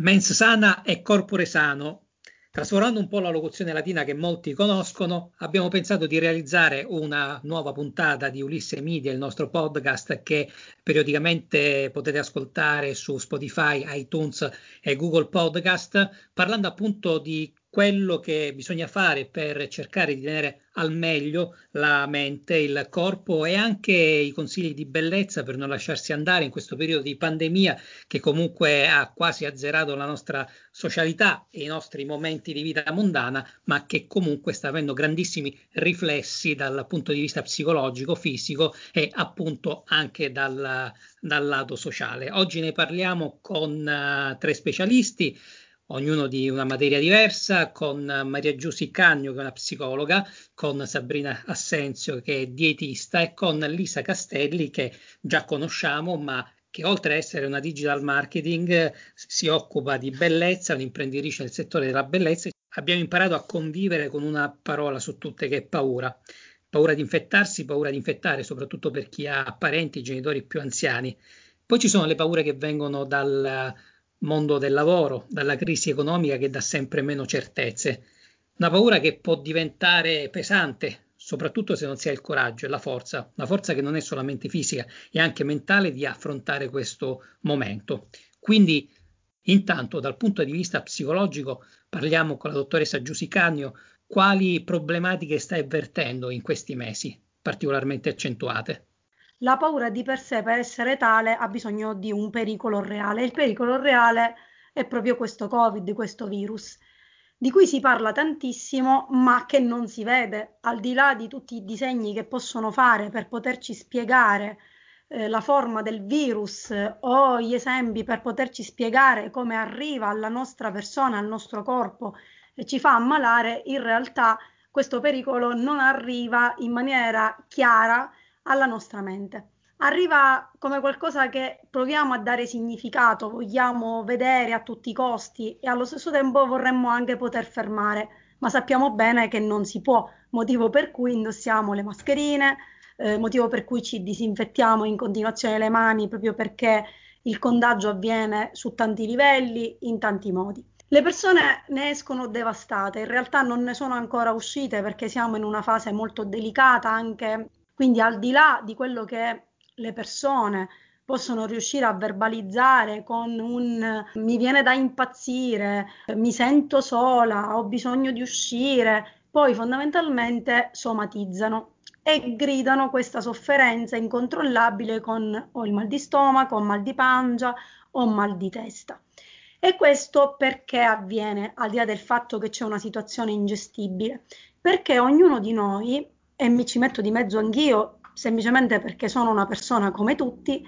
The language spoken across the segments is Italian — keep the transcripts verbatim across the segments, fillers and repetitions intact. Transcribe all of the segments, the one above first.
Mens sana e corpore sano. Trasformando un po' la locuzione latina che molti conoscono, abbiamo pensato di realizzare una nuova puntata di Ulisse Media, il nostro podcast che periodicamente potete ascoltare su Spotify, iTunes e Google Podcast, parlando appunto di quello che bisogna fare per cercare di tenere al meglio la mente, il corpo e anche i consigli di bellezza per non lasciarsi andare in questo periodo di pandemia che comunque ha quasi azzerato la nostra socialità e i nostri momenti di vita mondana, ma che comunque sta avendo grandissimi riflessi dal punto di vista psicologico, fisico e appunto anche dal, dal lato sociale. Oggi ne parliamo con uh, tre specialisti, ognuno di una materia diversa, con Maria Giussi Cagno che è una psicologa, con Sabrina Assenzio che è dietista e con Lisa Castelli che già conosciamo ma che oltre ad essere una digital marketing si occupa di bellezza, un'imprenditrice nel settore della bellezza. Abbiamo imparato a convivere con una parola su tutte che è paura. Paura di infettarsi, paura di infettare, soprattutto per chi ha parenti, genitori più anziani. Poi ci sono le paure che vengono dal mondo del lavoro, dalla crisi economica che dà sempre meno certezze. Una paura che può diventare pesante, soprattutto se non si ha il coraggio e la forza, la forza che non è solamente fisica, è anche mentale di affrontare questo momento. Quindi, intanto, dal punto di vista psicologico, parliamo con la dottoressa Giusicagno quali problematiche sta avvertendo in questi mesi, particolarmente accentuate. La paura di per sé, per essere tale, ha bisogno di un pericolo reale. Il pericolo reale è proprio questo Covid, questo virus, di cui si parla tantissimo, ma che non si vede, al di là di tutti i disegni che possono fare per poterci spiegare eh, la forma del virus eh, o gli esempi per poterci spiegare come arriva alla nostra persona, al nostro corpo e ci fa ammalare, in realtà questo pericolo non arriva in maniera chiara alla nostra mente. Arriva come qualcosa che proviamo a dare significato, vogliamo vedere a tutti i costi e allo stesso tempo vorremmo anche poter fermare, ma sappiamo bene che non si può, motivo per cui indossiamo le mascherine, eh, motivo per cui ci disinfettiamo in continuazione le mani, proprio perché il contagio avviene su tanti livelli, in tanti modi. Le persone ne escono devastate, in realtà non ne sono ancora uscite perché siamo in una fase molto delicata anche, quindi al di là di quello che le persone possono riuscire a verbalizzare con un mi viene da impazzire, mi sento sola, ho bisogno di uscire, poi fondamentalmente somatizzano e gridano questa sofferenza incontrollabile con o il mal di stomaco, o mal di pancia o mal di testa. E questo perché avviene, al di là del fatto che c'è una situazione ingestibile? Perché ognuno di noi, e mi ci metto di mezzo anch'io, semplicemente perché sono una persona come tutti,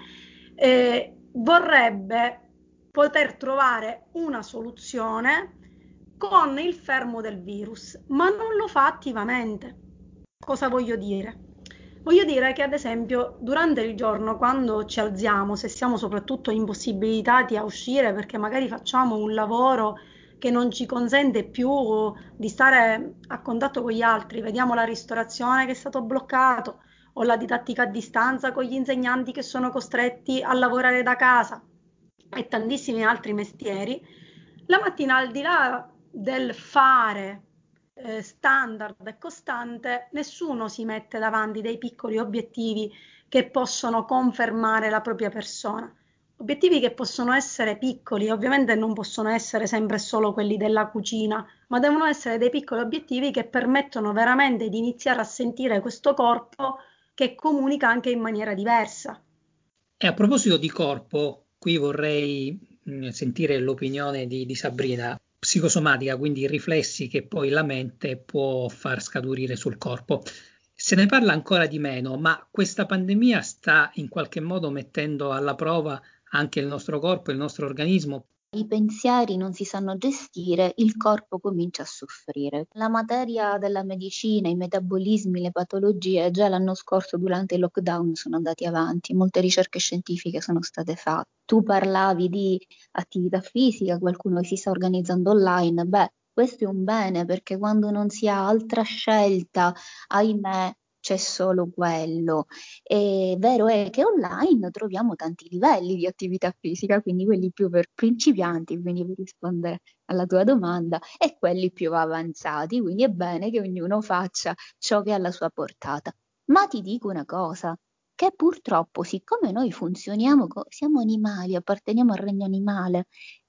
eh, vorrebbe poter trovare una soluzione con il fermo del virus, ma non lo fa attivamente. Cosa voglio dire? Voglio dire che ad esempio durante il giorno quando ci alziamo, se siamo soprattutto impossibilitati a uscire perché magari facciamo un lavoro che non ci consente più di stare a contatto con gli altri, vediamo la ristorazione che è stato bloccato o la didattica a distanza con gli insegnanti che sono costretti a lavorare da casa e tantissimi altri mestieri, la mattina al di là del fare eh, standard e costante, nessuno si mette davanti dei piccoli obiettivi che possono confermare la propria persona. Obiettivi che possono essere piccoli, ovviamente non possono essere sempre solo quelli della cucina, ma devono essere dei piccoli obiettivi che permettono veramente di iniziare a sentire questo corpo che comunica anche in maniera diversa. E a proposito di corpo, qui vorrei mh, sentire l'opinione di, di Sabrina. Psicosomatica, quindi i riflessi che poi la mente può far scaturire sul corpo. Se ne parla ancora di meno, ma questa pandemia sta in qualche modo mettendo alla prova anche il nostro corpo, il nostro organismo. I pensieri non si sanno gestire, il corpo comincia a soffrire. La materia della medicina, i metabolismi, le patologie già l'anno scorso durante il lockdown sono andati avanti, molte ricerche scientifiche sono state fatte. Tu parlavi di attività fisica, qualcuno si sta organizzando online, beh, questo è un bene perché quando non si ha altra scelta, ahimè, c'è solo quello. E vero è che online troviamo tanti livelli di attività fisica, quindi quelli più per principianti, quindi per rispondere alla tua domanda, e quelli più avanzati, quindi è bene che ognuno faccia ciò che ha alla sua portata. Ma ti dico una cosa, che purtroppo, siccome noi funzioniamo, co- siamo animali, apparteniamo al regno animale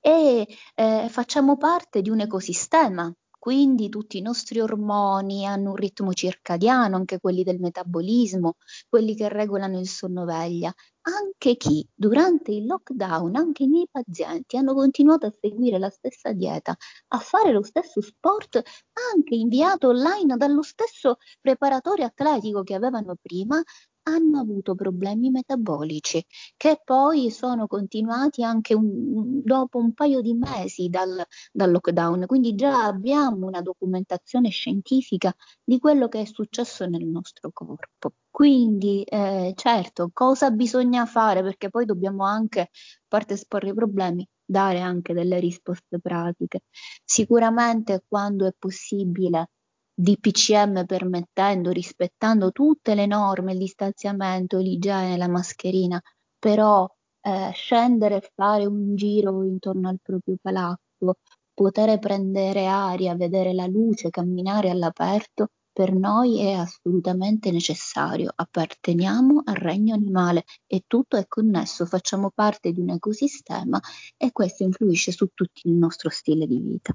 e eh, facciamo parte di un ecosistema, quindi tutti i nostri ormoni hanno un ritmo circadiano, anche quelli del metabolismo, quelli che regolano il sonno-veglia. Anche chi durante il lockdown, anche i miei pazienti, hanno continuato a seguire la stessa dieta, a fare lo stesso sport, anche inviato online dallo stesso preparatore atletico che avevano prima, hanno avuto problemi metabolici che poi sono continuati anche un- dopo un paio di mesi dal, dal lockdown. Quindi già abbiamo una documentazione scientifica di quello che è successo nel nostro corpo. Quindi, eh, certo, cosa bisogna fare? Perché poi dobbiamo anche, a parte esporre i problemi, dare anche delle risposte pratiche. Sicuramente quando è possibile, D P C M permettendo, rispettando tutte le norme, il distanziamento, l'igiene, la mascherina, però eh, scendere e fare un giro intorno al proprio palazzo, poter prendere aria, vedere la luce, camminare all'aperto, per noi è assolutamente necessario. Apparteniamo al regno animale e tutto è connesso, facciamo parte di un ecosistema e questo influisce su tutto il nostro stile di vita.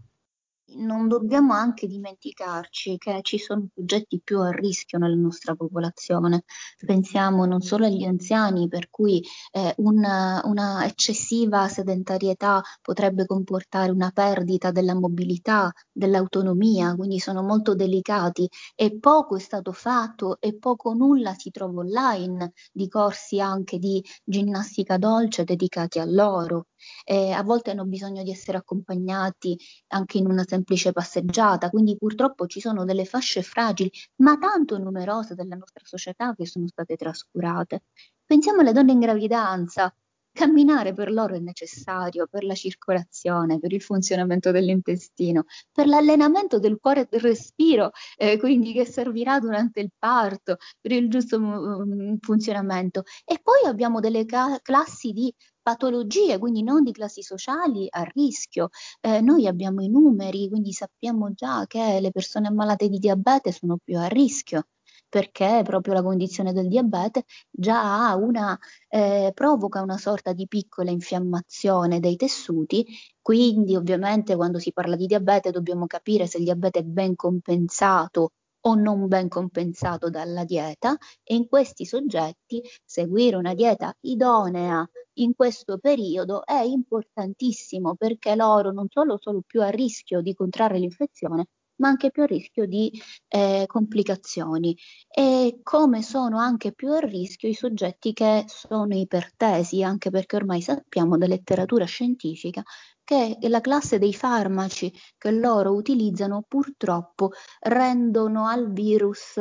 Non dobbiamo anche dimenticarci che ci sono soggetti più a rischio nella nostra popolazione. Pensiamo non solo agli anziani, per cui eh, una, una eccessiva sedentarietà potrebbe comportare una perdita della mobilità, dell'autonomia, quindi sono molto delicati e poco è stato fatto e poco o nulla si trova online di corsi anche di ginnastica dolce dedicati a loro. Eh, a volte hanno bisogno di essere accompagnati anche in una semplice passeggiata, quindi purtroppo ci sono delle fasce fragili, ma tanto numerose della nostra società che sono state trascurate. Pensiamo alle donne in gravidanza. Camminare per loro è necessario per la circolazione, per il funzionamento dell'intestino, per l'allenamento del cuore e del respiro, eh, quindi che servirà durante il parto, per il giusto mm, funzionamento. E poi abbiamo delle ca- classi di patologie, quindi non di classi sociali a rischio. Eh, noi abbiamo i numeri, quindi sappiamo già che le persone ammalate di diabete sono più a rischio, perché proprio la condizione del diabete già ha una, eh, provoca una sorta di piccola infiammazione dei tessuti, quindi ovviamente quando si parla di diabete dobbiamo capire se il diabete è ben compensato o non ben compensato dalla dieta, e in questi soggetti seguire una dieta idonea in questo periodo è importantissimo, perché loro non solo sono più a rischio di contrarre l'infezione, ma anche più a rischio di eh, complicazioni, e come sono anche più a rischio i soggetti che sono ipertesi, anche perché ormai sappiamo da letteratura scientifica che la classe dei farmaci che loro utilizzano purtroppo rendono al virus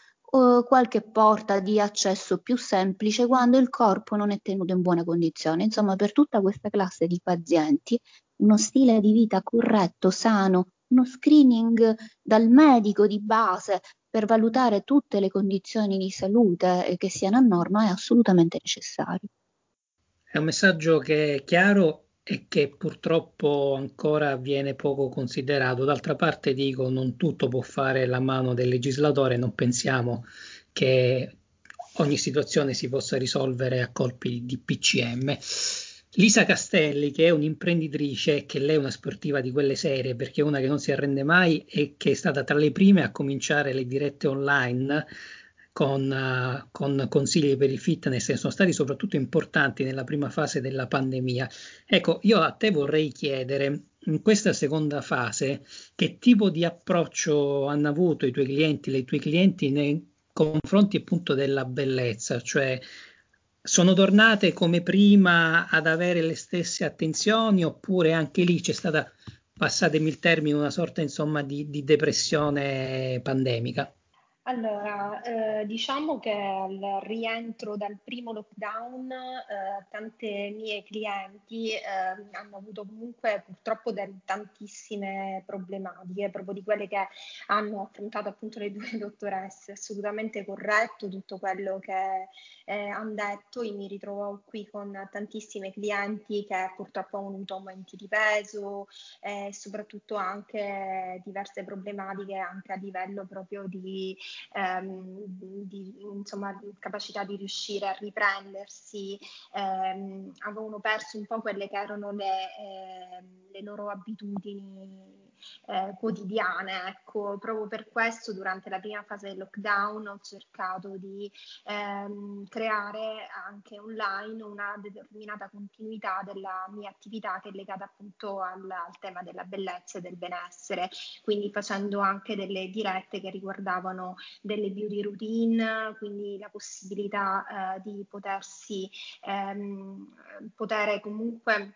o qualche porta di accesso più semplice quando il corpo non è tenuto in buona condizione. Insomma, per tutta questa classe di pazienti, uno stile di vita corretto, sano, uno screening dal medico di base per valutare tutte le condizioni di salute che siano a norma è assolutamente necessario. È un messaggio che è chiaro e che purtroppo ancora viene poco considerato. D'altra parte dico, non tutto può fare la mano del legislatore, non pensiamo che ogni situazione si possa risolvere a colpi di P C M. Lisa Castelli, che è un'imprenditrice, che lei è una sportiva di quelle serie, perché è una che non si arrende mai e che è stata tra le prime a cominciare le dirette online con, uh, con consigli per il fitness, e sono stati soprattutto importanti nella prima fase della pandemia. Ecco, io a te vorrei chiedere, in questa seconda fase, che tipo di approccio hanno avuto i tuoi clienti, le tue clienti nei confronti appunto della bellezza, cioè sono tornate come prima ad avere le stesse attenzioni, oppure anche lì c'è stata, passatemi il termine, una sorta insomma di, di depressione pandemica? Allora, eh, diciamo che al rientro dal primo lockdown, eh, tante mie clienti eh, hanno avuto comunque purtroppo del- tantissime problematiche, proprio di quelle che hanno affrontato appunto le due dottoresse. Assolutamente corretto tutto quello che eh, hanno detto. Io mi ritrovo qui con tantissime clienti che purtroppo hanno avuto aumenti di peso e soprattutto anche diverse problematiche anche a livello proprio di ehm, di insomma, di capacità di riuscire a riprendersi, ehm, avevano perso un po' quelle che erano le, ehm, le loro abitudini eh, quotidiane. Ecco, proprio per questo durante la prima fase del lockdown ho cercato di ehm, creare anche online una determinata continuità della mia attività che è legata appunto al, al tema della bellezza e del benessere, quindi facendo anche delle dirette che riguardavano delle beauty routine, quindi la possibilità eh, di potersi ehm, poter comunque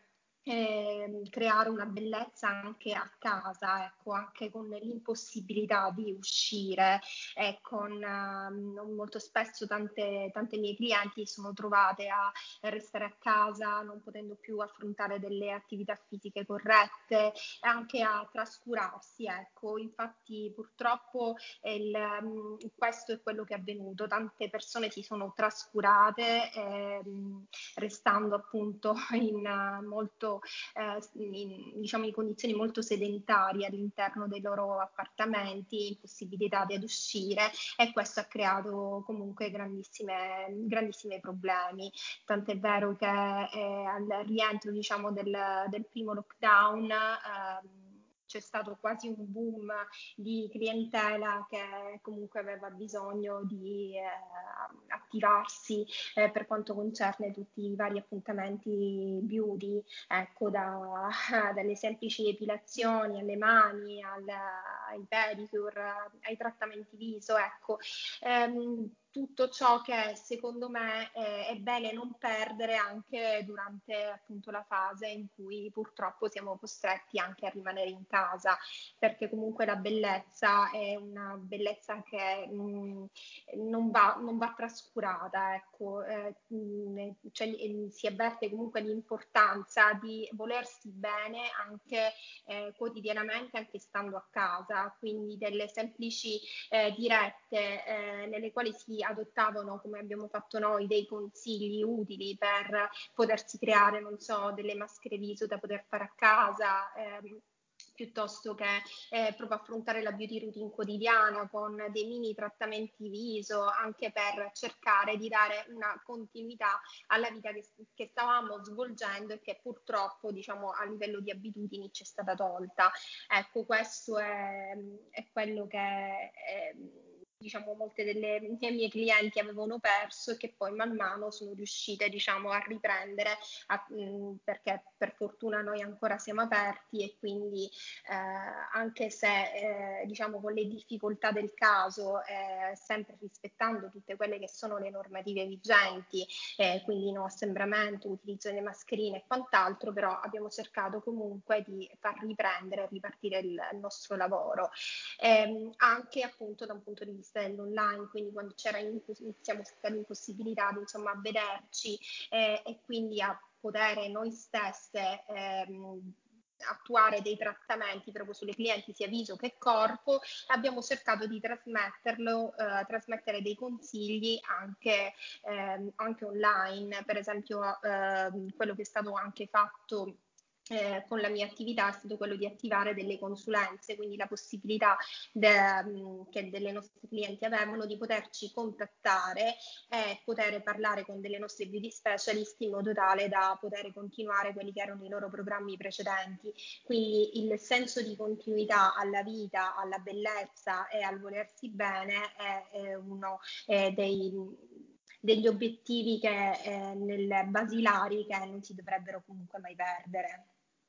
eh, creare una bellezza anche a casa, ecco, anche con l'impossibilità di uscire e con ehm, molto spesso tante, tante mie clienti si sono trovate a restare a casa non potendo più affrontare delle attività fisiche corrette e anche a trascurarsi, ecco. Infatti purtroppo il, um, questo è quello che è avvenuto, tante persone si sono trascurate ehm, restando appunto in uh, molto eh, in, diciamo in condizioni molto sedentarie all'interno dei loro appartamenti, impossibilitati ad uscire, e questo ha creato comunque grandissime, grandissimi problemi. Tant'è vero che eh, al rientro diciamo del, del primo lockdown eh, c'è stato quasi un boom di clientela che comunque aveva bisogno di eh, attivarsi eh, per quanto concerne tutti i vari appuntamenti beauty, ecco, da, dalle semplici epilazioni alle mani, al, ai pedicure, ai trattamenti viso, ecco. Ehm, tutto ciò che secondo me eh, è bene non perdere anche durante appunto la fase in cui purtroppo siamo costretti anche a rimanere in casa, perché comunque la bellezza è una bellezza che mh, non va, non va trascurata, ecco. Eh, mh, cioè, si avverte comunque l'importanza di volersi bene anche eh, quotidianamente, anche stando a casa, quindi delle semplici eh, dirette eh, nelle quali si adottavano, come abbiamo fatto noi, dei consigli utili per potersi creare, non so, delle maschere viso da poter fare a casa, ehm, piuttosto che eh, proprio affrontare la beauty routine quotidiana con dei mini trattamenti viso, anche per cercare di dare una continuità alla vita che, che stavamo svolgendo e che purtroppo, diciamo, a livello di abitudini ci è stata tolta. Ecco, questo è, è quello che è, diciamo, molte delle mie clienti avevano perso e che poi man mano sono riuscite, diciamo, a riprendere, a, mh, perché per fortuna noi ancora siamo aperti e quindi eh, anche se, eh, diciamo, con le difficoltà del caso, eh, sempre rispettando tutte quelle che sono le normative vigenti, eh, quindi no assembramento, utilizzo delle mascherine e quant'altro, però abbiamo cercato comunque di far riprendere e ripartire il, il nostro lavoro. Eh, anche appunto da un punto di vista dell'online, quindi quando c'era siamo stati impossibilitati insomma a vederci eh, e quindi a poter noi stesse ehm, attuare dei trattamenti proprio sulle clienti sia viso che corpo, abbiamo cercato di trasmetterlo, eh, trasmettere dei consigli anche, ehm, anche online, per esempio ehm, quello che è stato anche fatto Eh, con la mia attività è stato quello di attivare delle consulenze, quindi la possibilità de, mh, che delle nostre clienti avevano di poterci contattare e poter parlare con delle nostre beauty specialist in modo tale da poter continuare quelli che erano i loro programmi precedenti. Quindi il senso di continuità alla vita, alla bellezza e al volersi bene è, è uno eh, dei degli obiettivi che eh, nel basilari che non si dovrebbero comunque mai perdere.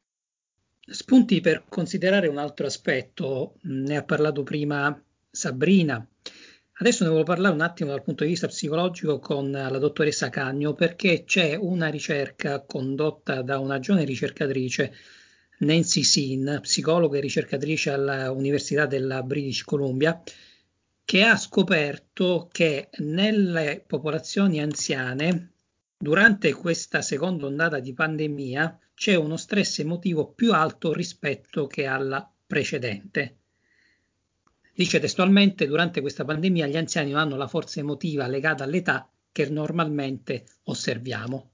Spunti per considerare un altro aspetto, ne ha parlato prima Sabrina. Adesso ne volevo parlare un attimo dal punto di vista psicologico con la dottoressa Cagno, perché c'è una ricerca condotta da una giovane ricercatrice, Nancy Sin, psicologa e ricercatrice all'Università della British Columbia, che ha scoperto che nelle popolazioni anziane, durante questa seconda ondata di pandemia, c'è uno stress emotivo più alto rispetto che alla precedente. Dice testualmente: durante questa pandemia gli anziani non hanno la forza emotiva legata all'età che normalmente osserviamo.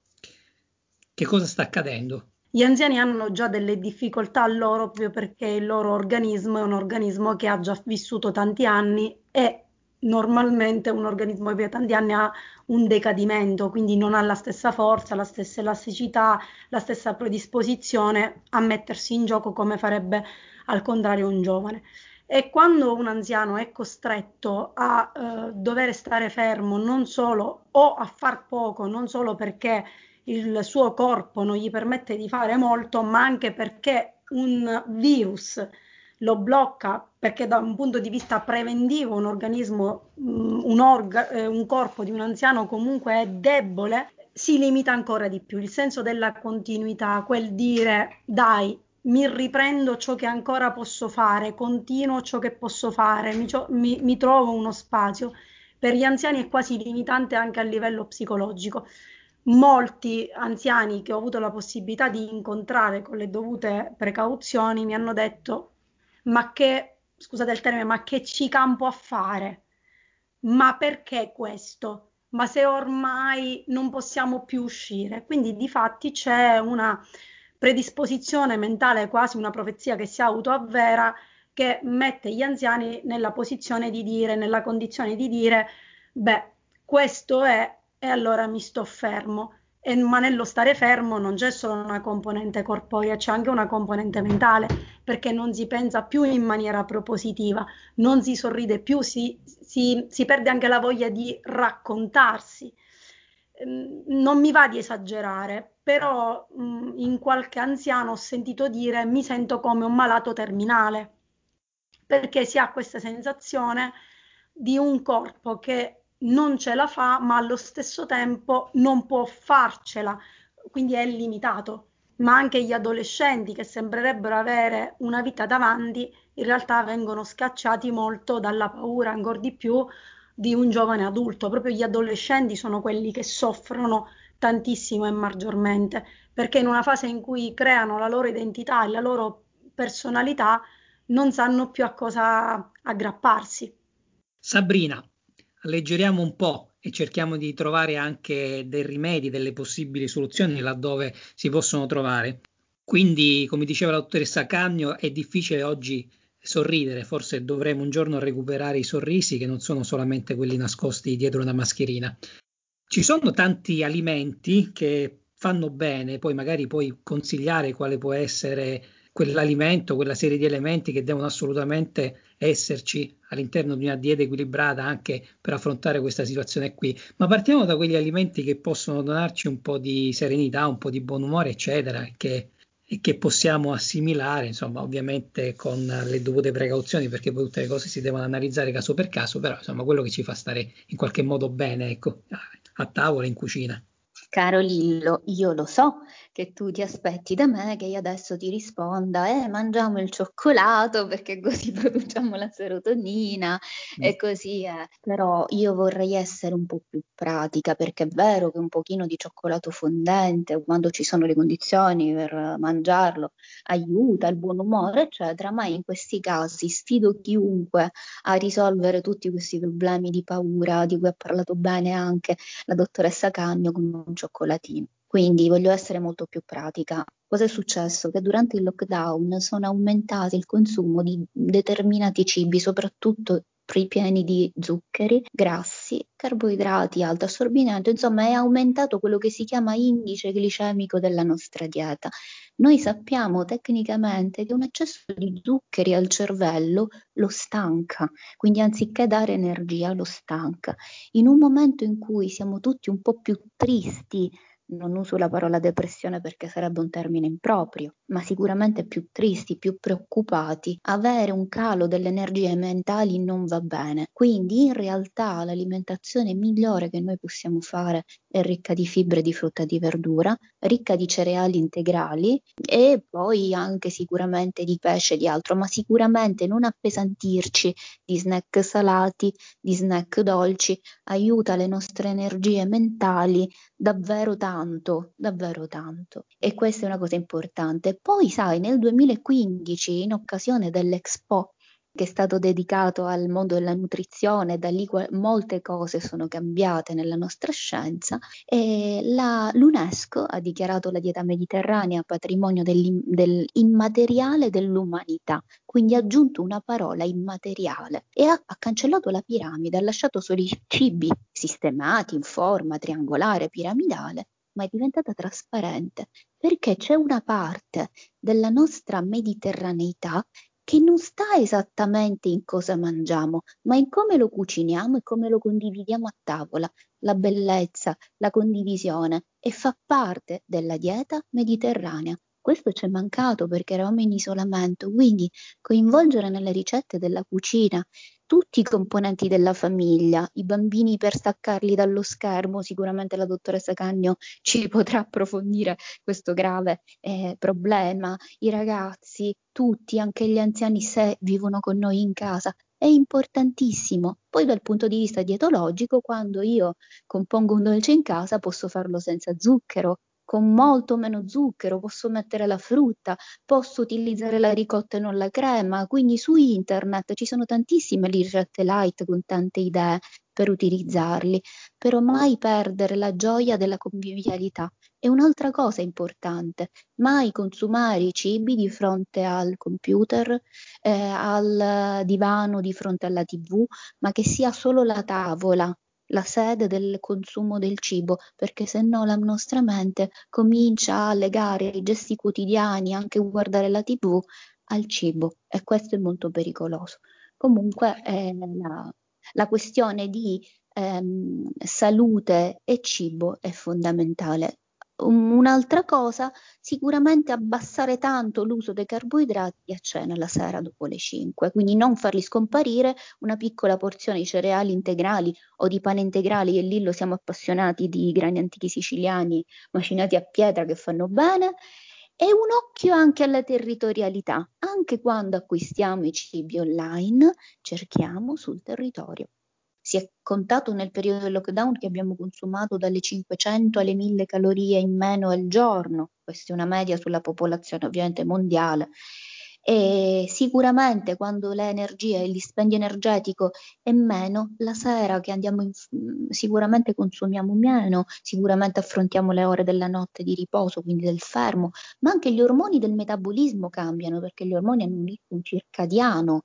Che cosa sta accadendo? Gli anziani hanno già delle difficoltà loro proprio perché il loro organismo è un organismo che ha già vissuto tanti anni e normalmente un organismo che vive tanti anni ha un decadimento, quindi non ha la stessa forza, la stessa elasticità, la stessa predisposizione a mettersi in gioco come farebbe al contrario un giovane. E quando un anziano è costretto a eh, dover stare fermo non solo o a far poco, non solo perché il suo corpo non gli permette di fare molto, ma anche perché un virus lo blocca, perché da un punto di vista preventivo un organismo, un, orga, eh, un corpo di un anziano comunque è debole, si limita ancora di più. Il senso della continuità, quel dire dai, mi riprendo ciò che ancora posso fare, continuo ciò che posso fare, mi, mi, mi trovo uno spazio. Per gli anziani è quasi limitante anche a livello psicologico. Molti anziani che ho avuto la possibilità di incontrare con le dovute precauzioni mi hanno detto: ma che, scusate il termine, ma che ci campo a fare? Ma perché questo? Ma se ormai non possiamo più uscire? Quindi di fatti c'è una predisposizione mentale, quasi una profezia che si autoavvera, che mette gli anziani nella posizione di dire, nella condizione di dire, beh, questo è e allora mi sto fermo. E, ma nello stare fermo non c'è solo una componente corporea, c'è anche una componente mentale, perché non si pensa più in maniera propositiva, non si sorride più, si, si, si perde anche la voglia di raccontarsi. Non mi va di esagerare, però mh, in qualche anziano ho sentito dire mi sento come un malato terminale, perché si ha questa sensazione di un corpo che non ce la fa, ma allo stesso tempo non può farcela, quindi è limitato. Ma anche gli adolescenti che sembrerebbero avere una vita davanti, in realtà vengono scacciati molto dalla paura, ancora di più di un giovane adulto. Proprio gli adolescenti sono quelli che soffrono tantissimo e maggiormente, perché in una fase in cui creano la loro identità e la loro personalità non sanno più a cosa aggrapparsi. Sabrina, alleggeriamo un po' e cerchiamo di trovare anche dei rimedi, delle possibili soluzioni laddove si possono trovare. Quindi, come diceva la dottoressa Cagno, è difficile oggi sorridere, forse dovremo un giorno recuperare i sorrisi che non sono solamente quelli nascosti dietro una mascherina. Ci sono tanti alimenti che fanno bene, poi magari puoi consigliare quale può essere quell'alimento, quella serie di elementi che devono assolutamente esserci all'interno di una dieta equilibrata anche per affrontare questa situazione qui. Ma partiamo da quegli alimenti che possono donarci un po' di serenità, un po' di buon umore, eccetera, che, e che possiamo assimilare, insomma, ovviamente con le dovute precauzioni, perché poi tutte le cose si devono analizzare caso per caso, però insomma quello che ci fa stare in qualche modo bene, ecco, a tavola, in cucina. Caro Lillo, io lo so che tu ti aspetti da me che io adesso ti risponda, eh, mangiamo il cioccolato perché così produciamo la serotonina mm. e così è. Però io vorrei essere un po' più pratica, perché è vero che un pochino di cioccolato fondente, quando ci sono le condizioni per mangiarlo, aiuta il buon umore, eccetera, ma in questi casi sfido chiunque a risolvere tutti questi problemi di paura di cui ha parlato bene anche la dottoressa Cagno con un cioccolatino. Quindi voglio essere molto più pratica. Cosa è successo? Che durante il lockdown sono aumentati il consumo di determinati cibi, soprattutto pieni di zuccheri, grassi, carboidrati, alto assorbimento, insomma è aumentato quello che si chiama indice glicemico della nostra dieta. Noi sappiamo tecnicamente che un eccesso di zuccheri al cervello lo stanca, quindi anziché dare energia lo stanca. In un momento in cui siamo tutti un po' più tristi non uso la parola depressione perché sarebbe un termine improprio, ma sicuramente più tristi, più preoccupati. Avere un calo delle energie mentali non va bene. Quindi in realtà l'alimentazione migliore che noi possiamo fare è ricca di fibre, di frutta e di verdura, ricca di cereali integrali e poi anche sicuramente di pesce e di altro, ma sicuramente non appesantirci di snack salati, di snack dolci, aiuta le nostre energie mentali davvero tanto, davvero tanto. E questa è una cosa importante. Poi, sai, nel duemilaquindici, in occasione dell'Expo che è stato dedicato al mondo della nutrizione, da lì molte cose sono cambiate nella nostra scienza e la, l'UNESCO ha dichiarato la dieta mediterranea patrimonio dell'immateriale dell'umanità, quindi ha aggiunto una parola immateriale e ha, ha cancellato la piramide, ha lasciato solo i cibi sistemati in forma triangolare, piramidale, ma è diventata trasparente perché c'è una parte della nostra mediterraneità che non sta esattamente in cosa mangiamo, ma in come lo cuciniamo e come lo condividiamo a tavola. La bellezza, la condivisione e fa parte della dieta mediterranea. Questo ci è mancato perché eravamo in isolamento, quindi coinvolgere nelle ricette della cucina tutti i componenti della famiglia, i bambini per staccarli dallo schermo, sicuramente la dottoressa Cagno ci potrà approfondire questo grave eh, problema, i ragazzi, tutti, anche gli anziani se vivono con noi in casa, è importantissimo. Poi dal punto di vista dietologico, quando io compongo un dolce in casa posso farlo senza zucchero, con molto meno zucchero, posso mettere la frutta, posso utilizzare la ricotta e non la crema, quindi su internet ci sono tantissime ricette light con tante idee per utilizzarli, però mai perdere la gioia della convivialità. E un'altra cosa importante, mai consumare i cibi di fronte al computer, eh, al divano, di fronte alla tivù, ma che sia solo la tavola la sede del consumo del cibo, perché se no la nostra mente comincia a legare i gesti quotidiani, anche guardare la tivù, al cibo e questo è molto pericoloso. Comunque eh, la, la questione di ehm, salute e cibo è fondamentale. Um, Un'altra cosa, sicuramente abbassare tanto l'uso dei carboidrati a cena la sera dopo le cinque, quindi non farli scomparire, una piccola porzione di cereali integrali o di pane integrali, e lì lo siamo appassionati di grani antichi siciliani macinati a pietra che fanno bene, e un occhio anche alla territorialità, anche quando acquistiamo i cibi online, cerchiamo sul territorio. Si è contato nel periodo del lockdown che abbiamo consumato dalle cinquecento alle mille calorie in meno al giorno, questa è una media sulla popolazione ovviamente mondiale. E sicuramente quando l'energia e il dispendio energetico è meno, la sera che andiamo in, sicuramente consumiamo meno, sicuramente affrontiamo le ore della notte di riposo, quindi del fermo, ma anche gli ormoni del metabolismo cambiano perché gli ormoni hanno un ritmo circadiano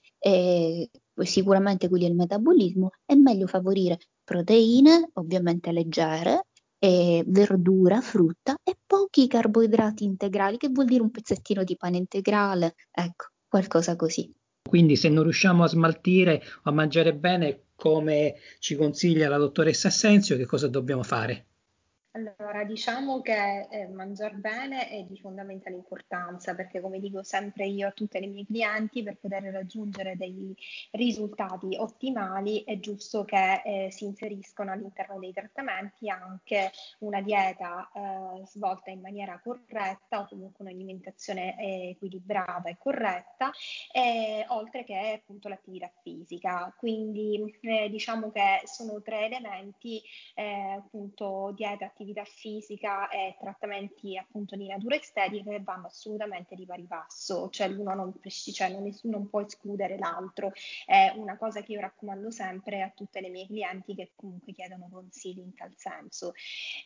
e sicuramente quelli del metabolismo, è meglio favorire proteine, ovviamente leggere, e verdura, frutta e pochi carboidrati integrali, che vuol dire un pezzettino di pane integrale, ecco, qualcosa così. Quindi se non riusciamo a smaltire o a mangiare bene, come ci consiglia la dottoressa Assenzio, che cosa dobbiamo fare? Allora, diciamo che eh, mangiare bene è di fondamentale importanza perché, come dico sempre io a tutte le mie clienti, per poter raggiungere dei risultati ottimali è giusto che eh, si inseriscono all'interno dei trattamenti anche una dieta eh, svolta in maniera corretta o comunque un'alimentazione eh, equilibrata e corretta, e, oltre che appunto l'attività fisica. Quindi eh, diciamo che sono tre elementi, eh, appunto dieta, attività fisica e trattamenti appunto di natura estetica, che vanno assolutamente di pari passo, cioè l'uno non, cioè non, non può escludere l'altro. È una cosa che io raccomando sempre a tutte le mie clienti che comunque chiedono consigli in tal senso.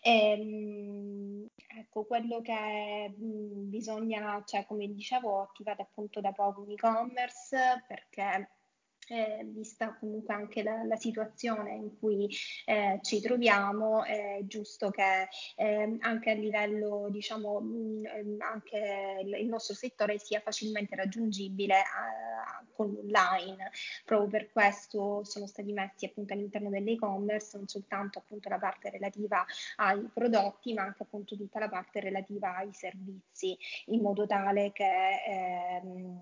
E, ecco, quello che mh, bisogna, cioè come dicevo, ho attivato appunto da poco un e-commerce perché eh, vista comunque anche la, la situazione in cui eh, ci troviamo, è giusto che eh, anche a livello, diciamo, mh, anche il, il nostro settore sia facilmente raggiungibile eh, con l'online. Proprio per questo sono stati messi appunto all'interno dell'e-commerce non soltanto appunto la parte relativa ai prodotti, ma anche appunto tutta la parte relativa ai servizi, in modo tale che ehm,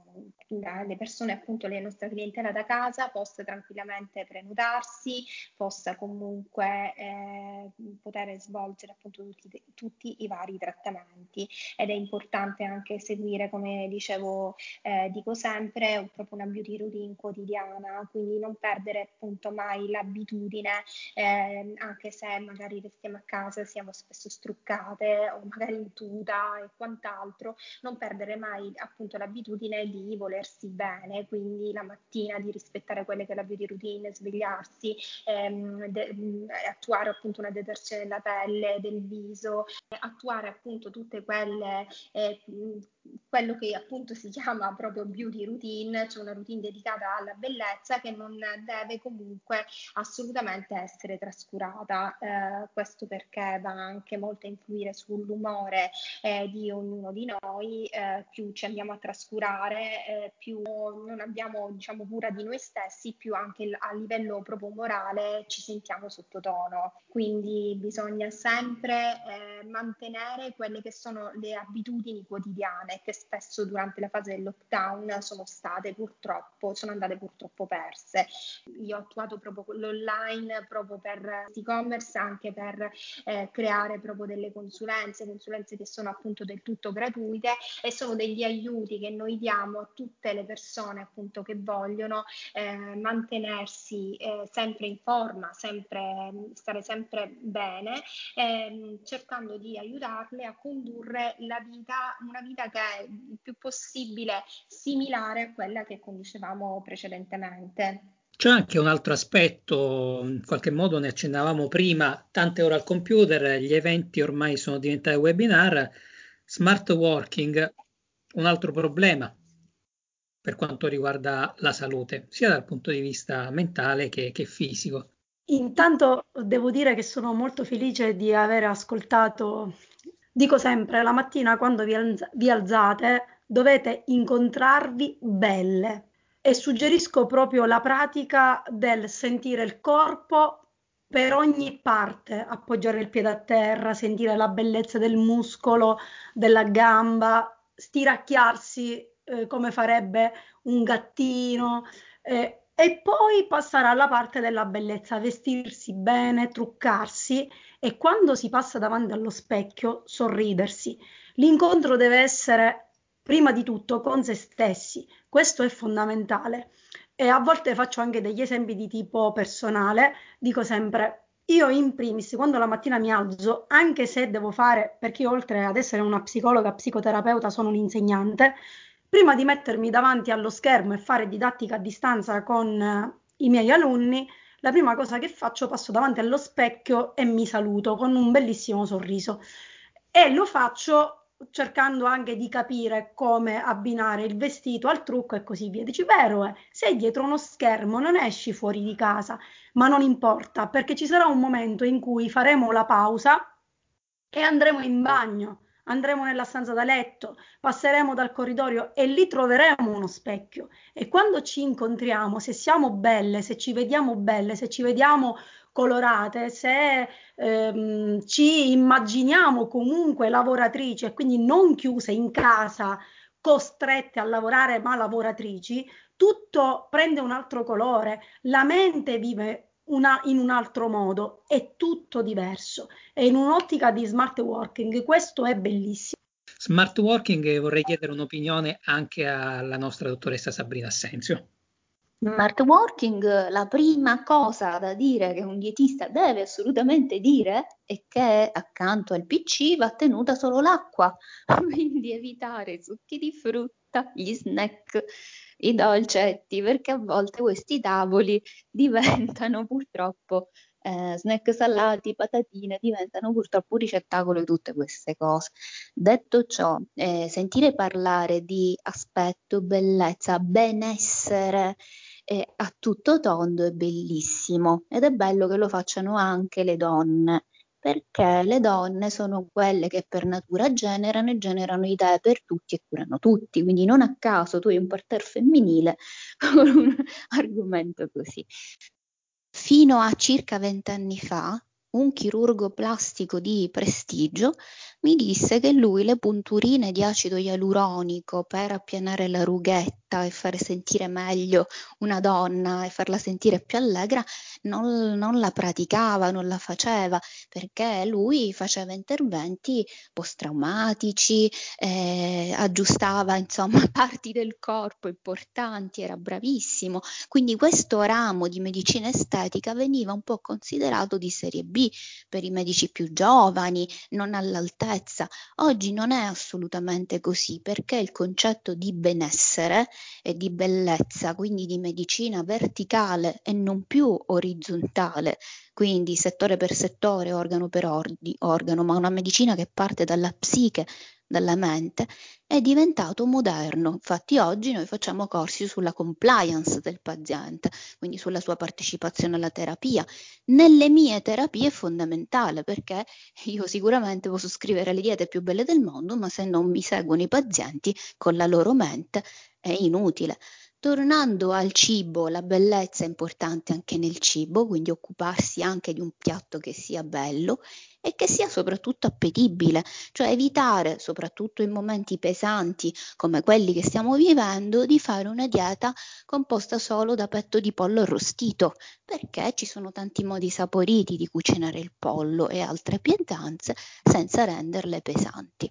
le persone, appunto le nostre clientela da casa, possa tranquillamente prenotarsi, possa comunque eh, poter svolgere appunto tutti, tutti i vari trattamenti. Ed è importante anche seguire, come dicevo, eh, dico sempre, proprio una beauty routine quotidiana, quindi non perdere appunto mai l'abitudine, eh, anche se magari restiamo a casa, siamo spesso struccate o magari in tuta e quant'altro, non perdere mai appunto l'abitudine di volersi bene, quindi la mattina di rispettare quelle che è la beauty routine, svegliarsi, ehm, de- attuare appunto una detersione della pelle, del viso, attuare appunto tutte quelle eh, quello che appunto si chiama proprio beauty routine, cioè una routine dedicata alla bellezza che non deve comunque assolutamente essere trascurata. Eh, questo perché va anche molto a influire sull'umore eh, di ognuno di noi. Eh, più ci andiamo a trascurare, eh, più non abbiamo, diciamo, cura di noi stessi, più anche a livello proprio morale ci sentiamo sottotono. Quindi bisogna sempre eh, mantenere quelle che sono le abitudini quotidiane che spesso durante la fase del lockdown sono state purtroppo, sono andate purtroppo perse. Io ho attuato proprio l'online proprio per e-commerce, anche per eh, creare proprio delle consulenze, consulenze che sono appunto del tutto gratuite e sono degli aiuti che noi diamo a tutte le persone appunto che vogliono eh, mantenersi eh, sempre in forma, sempre, stare sempre bene, ehm, cercando di aiutarle a condurre la vita, una vita che è il più possibile similare a quella che conducevamo precedentemente. C'è anche un altro aspetto, in qualche modo ne accennavamo prima, tante ore al computer, gli eventi ormai sono diventati webinar, smart working, un altro problema per quanto riguarda la salute, sia dal punto di vista mentale che, che fisico. Intanto devo dire che sono molto felice di aver ascoltato, dico sempre, la mattina quando vi, alz- vi alzate dovete incontrarvi belle e suggerisco proprio la pratica del sentire il corpo per ogni parte, appoggiare il piede a terra, sentire la bellezza del muscolo, della gamba, stiracchiarsi eh, come farebbe un gattino. Eh, e poi passare alla parte della bellezza, vestirsi bene, truccarsi e quando si passa davanti allo specchio sorridersi. L'incontro deve essere prima di tutto con se stessi, questo è fondamentale. E a volte faccio anche degli esempi di tipo personale, dico sempre, io in primis, quando la mattina mi alzo, anche se devo fare, perché io oltre ad essere una psicologa, psicoterapeuta, sono un'insegnante, prima di mettermi davanti allo schermo e fare didattica a distanza con eh, i miei alunni, la prima cosa che faccio, passo davanti allo specchio e mi saluto con un bellissimo sorriso. E lo faccio cercando anche di capire come abbinare il vestito al trucco e così via. Dici, vero, eh, sei dietro uno schermo, non esci fuori di casa, ma non importa, perché ci sarà un momento in cui faremo la pausa e andremo in bagno, andremo nella stanza da letto, passeremo dal corridoio e lì troveremo uno specchio. E quando ci incontriamo, se siamo belle, se ci vediamo belle, se ci vediamo colorate, se ehm, ci immaginiamo comunque lavoratrici e quindi non chiuse in casa, costrette a lavorare ma lavoratrici, tutto prende un altro colore, la mente vive una, in un altro modo, è tutto diverso e in un'ottica di smart working questo è bellissimo. Smart working, vorrei chiedere un'opinione anche alla nostra dottoressa Sabrina Assenzio. Smart working, la prima cosa da dire che un dietista deve assolutamente dire è che accanto al P C va tenuta solo l'acqua, quindi evitare i succhi di frutta, gli snack, i dolcetti, perché a volte questi tavoli diventano purtroppo eh, snack salati, patatine, diventano purtroppo un ricettacolo di tutte queste cose. Detto ciò, eh, sentire parlare di aspetto, bellezza, benessere è a tutto tondo, è bellissimo ed è bello che lo facciano anche le donne, perché le donne sono quelle che per natura generano e generano idee per tutti e curano tutti, quindi non a caso tu hai un parterre femminile con un argomento così. Fino a circa vent'anni fa, un chirurgo plastico di prestigio mi disse che lui le punturine di acido ialuronico per appianare la rughetta e fare sentire meglio una donna e farla sentire più allegra non, non la praticava, non la faceva, perché lui faceva interventi post-traumatici, eh, aggiustava insomma parti del corpo importanti, era bravissimo. Quindi questo ramo di medicina estetica veniva un po' considerato di serie B per i medici più giovani, non all'altezza. Oggi non è assolutamente così, perché il concetto di benessere e di bellezza, quindi di medicina verticale e non più orizzontale, quindi settore per settore, organo per ordi, organo, ma una medicina che parte dalla psiche, dalla mente, è diventato moderno. Infatti oggi noi facciamo corsi sulla compliance del paziente, quindi sulla sua partecipazione alla terapia. Nelle mie terapie è fondamentale, perché io sicuramente posso scrivere le diete più belle del mondo, ma se non mi seguono i pazienti con la loro mente è inutile. Tornando al cibo, la bellezza è importante anche nel cibo, quindi occuparsi anche di un piatto che sia bello e che sia soprattutto appetibile, cioè evitare, soprattutto in momenti pesanti come quelli che stiamo vivendo, di fare una dieta composta solo da petto di pollo arrostito, perché ci sono tanti modi saporiti di cucinare il pollo e altre pietanze senza renderle pesanti.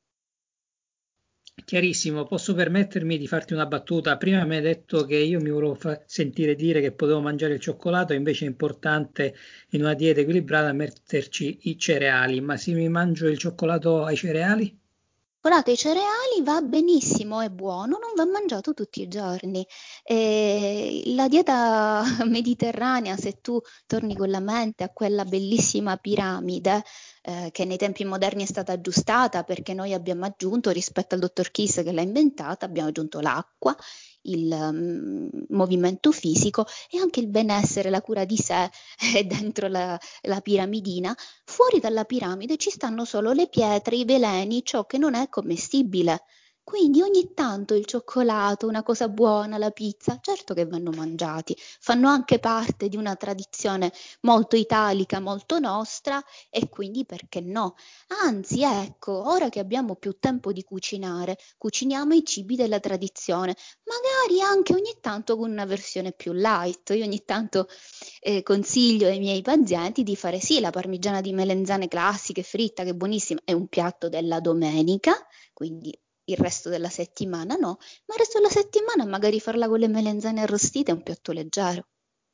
Chiarissimo, posso permettermi di farti una battuta? Prima mi hai detto che io mi volevo fa- sentire dire che potevo mangiare il cioccolato, invece è importante in una dieta equilibrata metterci i cereali, ma se mi mangio il cioccolato ai cereali? Colato ai cereali va benissimo, è buono, non va mangiato tutti i giorni. E la dieta mediterranea, se tu torni con la mente a quella bellissima piramide eh, che nei tempi moderni è stata aggiustata, perché noi abbiamo aggiunto, rispetto al dottor Kiss che l'ha inventata, abbiamo aggiunto l'acqua, il um, movimento fisico e anche il benessere, la cura di sé è dentro la, la piramidina. Fuori dalla piramide ci stanno solo le pietre, i veleni, ciò che non è commestibile. Quindi ogni tanto il cioccolato, una cosa buona, la pizza, certo che vanno mangiati, fanno anche parte di una tradizione molto italica, molto nostra e quindi perché no? Anzi, ecco, ora che abbiamo più tempo di cucinare, cuciniamo i cibi della tradizione, magari anche ogni tanto con una versione più light. Io ogni tanto eh, consiglio ai miei pazienti di fare sì la parmigiana di melenzane classiche, fritta, che è buonissima, è un piatto della domenica, quindi il resto della settimana no, ma il resto della settimana magari farla con le melenzane arrostite è un piatto leggero.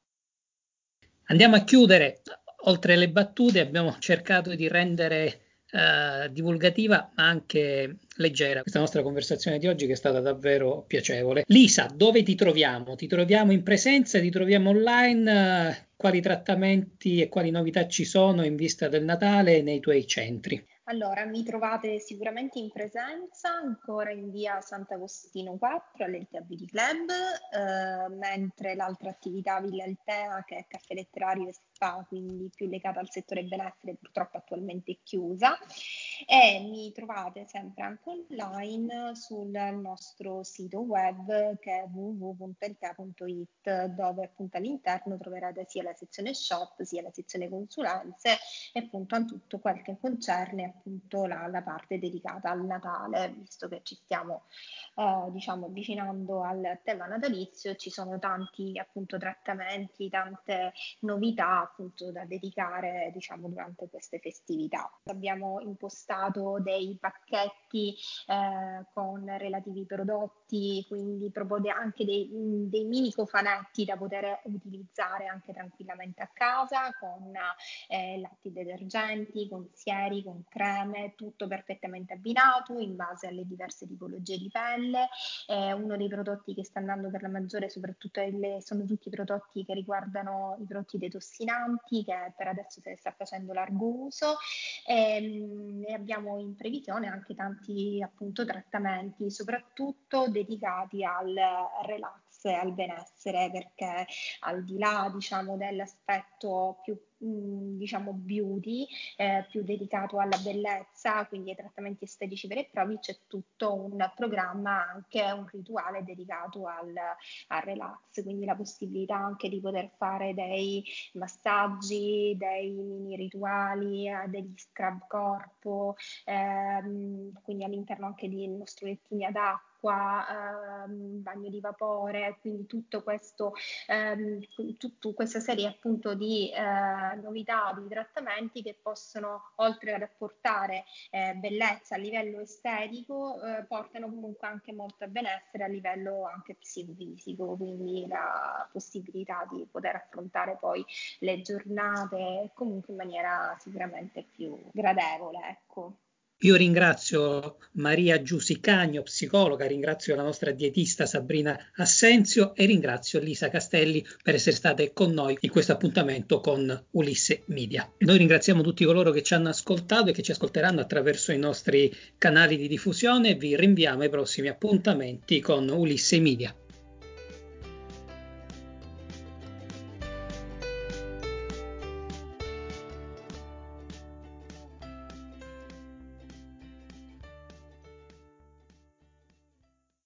Andiamo a chiudere. Oltre alle battute abbiamo cercato di rendere eh, divulgativa ma anche leggera questa nostra conversazione di oggi, che è stata davvero piacevole. Lisa, dove ti troviamo? Ti troviamo in presenza, ti troviamo online? Eh, quali trattamenti e quali novità ci sono in vista del Natale nei tuoi centri? Allora, mi trovate sicuramente in presenza, ancora in via Sant'Agostino quattro all'Eltea Beauty Club, eh, mentre l'altra attività Villa Altea, che è caffè letterario e spa, quindi più legata al settore benessere, purtroppo attualmente è chiusa. E mi trovate sempre anche online sul nostro sito web, che è w w w punto eltea punto it, dove appunto all'interno troverete sia la sezione shop sia la sezione consulenze e appunto a tutto quel che concerne appunto la, la parte dedicata al Natale, visto che ci stiamo eh, diciamo avvicinando al tema natalizio. Ci sono tanti appunto trattamenti, tante novità appunto da dedicare diciamo durante queste festività. Abbiamo impostato dei pacchetti eh, con relativi prodotti, quindi proprio de- anche dei, dei mini cofanetti da poter utilizzare anche tranquillamente a casa, con eh, latti detergenti, con sieri, con creme, tutto perfettamente abbinato in base alle diverse tipologie di pelle. Eh, uno dei prodotti che sta andando per la maggiore soprattutto le, sono tutti i prodotti che riguardano i prodotti detossinanti, che per adesso se ne sta facendo largo uso, e, e abbiamo in previsione anche tanti appunto trattamenti, soprattutto dedicati al relax, e al benessere, perché al di là, diciamo, dell'aspetto più diciamo beauty, eh, più dedicato alla bellezza, quindi ai trattamenti estetici veri e propri, c'è tutto un programma, anche un rituale dedicato al, al relax, quindi la possibilità anche di poter fare dei massaggi, dei mini rituali, eh, degli scrub corpo, ehm, quindi all'interno anche di nostri lettini ad acqua, ehm, bagno di vapore, quindi tutto questo, ehm, tutta questa serie appunto di eh, novità, di trattamenti che possono, oltre ad apportare eh, bellezza a livello estetico, eh, portano comunque anche molto benessere a livello anche psicofisico, quindi la possibilità di poter affrontare poi le giornate comunque in maniera sicuramente più gradevole, ecco. Io ringrazio Maria Giusicagno, psicologa, ringrazio la nostra dietista Sabrina Assenzio e ringrazio Lisa Castelli per essere state con noi in questo appuntamento con Ulisse Media. Noi ringraziamo tutti coloro che ci hanno ascoltato e che ci ascolteranno attraverso i nostri canali di diffusione. Vi rinviamo ai prossimi appuntamenti con Ulisse Media.